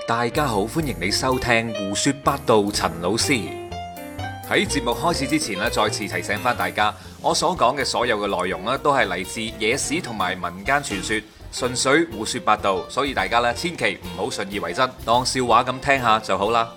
大家好，歡迎你收聽胡說八道。陳老師喺節目開始之前咧，再次提醒翻大家，我所講嘅所有嘅內容咧，都係嚟自野史同埋民間傳說，純粹胡說八道，所以大家咧千祈唔好信以為真，當笑話咁聽下就好啦。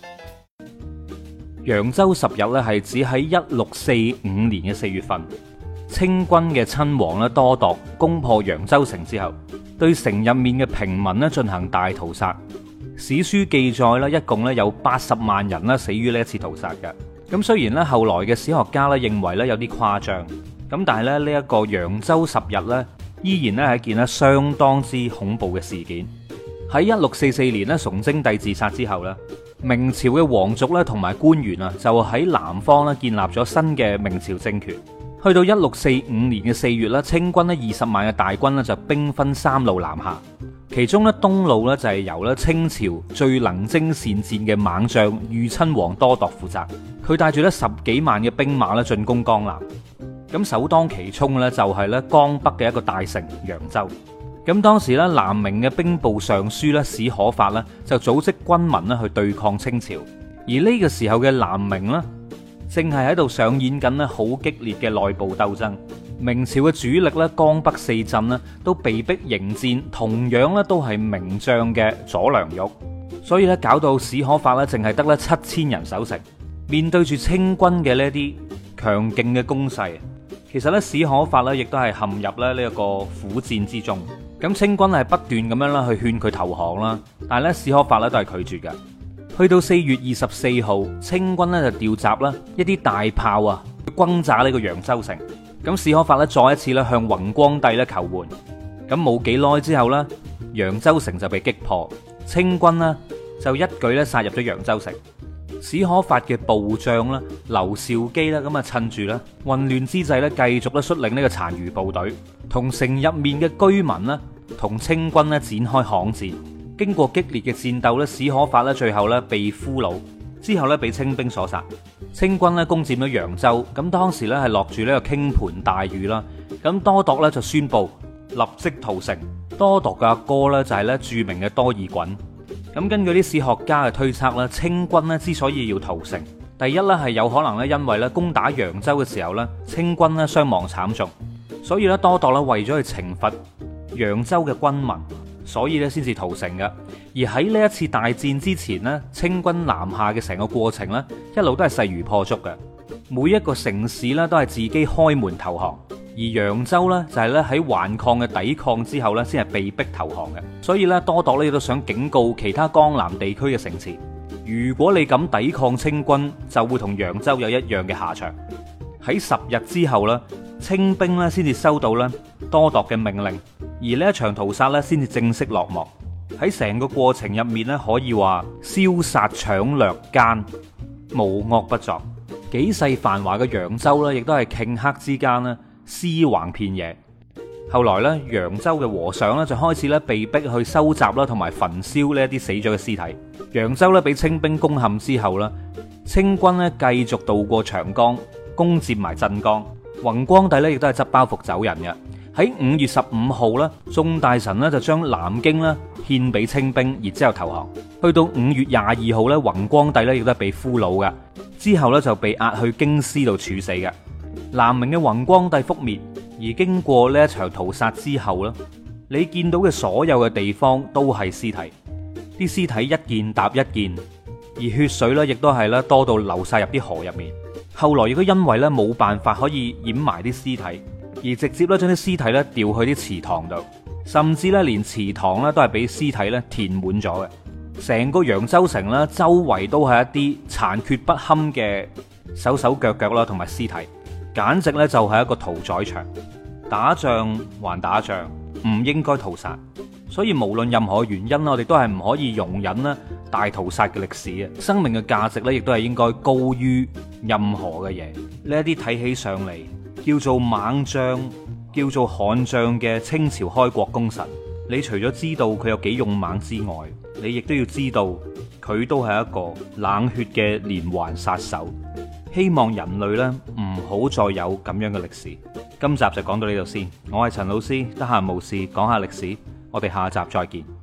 揚州十日咧係指喺1645年嘅4月份，清軍嘅親王咧多鐸攻破揚州城之後，對城入面嘅平民咧進行大屠殺。史書記載咧，一共咧有80萬人咧死於呢一次屠殺嘅。咁雖然咧後來嘅史學家咧認為咧有啲誇張，咁但係咧呢一個揚州十日咧依然咧係一件咧相當之恐怖嘅事件。喺1644年咧崇禎帝自殺之後咧，明朝嘅皇族咧同埋官員啊就喺南方咧建立咗新嘅明朝政權。去到1645年嘅4月咧，清軍咧20萬嘅大軍咧就兵分3路南下。其中咧東路咧就係由咧清朝最能征善戰嘅猛將豫親王多鐸負責，佢帶住咧10幾萬嘅兵馬咧進攻江南。咁首當其衝嘅咧就係咧江北嘅一個大城揚州。咁當時咧南明嘅兵部尚書咧史可法咧就組織軍民咧去對抗清朝，而呢個時候嘅南明咧正係喺度上演緊咧好激烈嘅內部鬥爭。明朝嘅主力咧江北四鎮咧都被逼迎戰，同樣咧都係名將嘅左良玉，所以咧搞到史可法咧淨係得咧7000人守城。面對住清軍嘅呢啲強勁嘅攻勢，其實咧史可法咧亦都係陷入咧呢一個苦戰之中。咁清軍係不斷咁樣啦去勸佢投降啦，但係咧史可法咧都係拒絕嘅。去到4月24號，清軍咧就調集啦一啲大炮啊去轟炸呢個揚州城。咁史可法咧再一次咧向弘光帝咧求援。咁冇幾耐之後呢，揚州城就被擊破，清軍呢就一舉咧殺入咗揚州城。史可法嘅部將咧劉兆基咧咁啊趁住咧混亂之際咧繼續咧率領呢個殘餘部隊，同城入面嘅居民咧同清軍咧展開巷戰。經過激烈嘅戰鬥咧，史可法咧最後咧被俘虜，之後咧被清兵所殺。清軍咧攻佔咗揚州，咁當時咧係落住呢個傾盆大雨啦。咁多鐸咧就宣布立即屠城。多鐸嘅阿哥咧就係咧著名嘅多爾袞。咁根據啲史學家嘅推測咧，清軍咧之所以要屠城，第一咧係有可能咧因為咧攻打揚州嘅時候咧清軍咧傷亡慘重，所以咧多鐸咧為咗去懲罰揚州嘅軍民，所以咧先至屠城嘅。而喺呢一次大戰之前呢，清軍南下嘅成個過程呢，一路都係勢如破竹嘅。每一個城市呢，都係自己開門投降，而揚州呢，就係咧喺頑抗嘅抵抗之後呢，先係被逼投降嘅。所以咧多鐸呢，亦都想警告其他江南地區嘅城池，如果你敢抵抗清軍，就會同揚州有一樣嘅下場。喺10日之後呢，清兵呢先至收到咧多鐸嘅命令，而呢一場屠殺呢，先至正式落幕。喺成個過程入面咧，可以話燒殺搶掠奸，無惡不作。幾世繁華嘅揚州咧，亦都係頃刻之間咧，屍橫遍野。後來咧，揚州嘅和尚咧就開始咧被逼去收集啦，同埋焚燒呢一啲死咗嘅屍體。揚州咧俾清兵攻陷之後咧，清軍咧繼續渡過長江，攻佔埋鎮江。弘光帝咧亦都係執包袱走人嘅。喺5月15號咧，眾大臣咧就將南京咧獻俾清兵，然之後投降。去到5月22號咧，弘光帝咧亦都係被俘虜嘅，之後咧就被押去京師度處死嘅。南明嘅弘光帝覆滅，而經過呢一場屠殺之後咧，你見到嘅所有嘅地方都係屍體，啲屍體一件搭一件，而血水咧亦都係咧多到流晒入啲河入面。後來亦都因為咧冇辦法可以掩埋啲屍體，而直接咧將啲屍體咧掉去啲祠堂度，甚至咧連祠堂咧都係俾屍體咧填滿咗嘅。成個揚州城咧周圍都係一啲殘缺不堪嘅手手腳腳啦，同埋屍體，簡直咧就係一個屠宰場。打仗還打仗，唔應該屠殺。所以無論任何原因，我哋都係唔可以容忍啦大屠殺嘅歷史嘅。生命嘅價值咧，亦都係應該高於任何嘅嘢。呢一啲睇起上嚟叫做猛將、叫做悍將嘅清朝開國功臣，你除咗知道佢有幾勇猛之外，你亦都要知道佢都係一個冷血嘅連環殺手。希望人類呢唔好再有咁樣嘅歷史。今集就講到呢度先，我係陳老師，得閒無事講下歷史，我哋下集再見。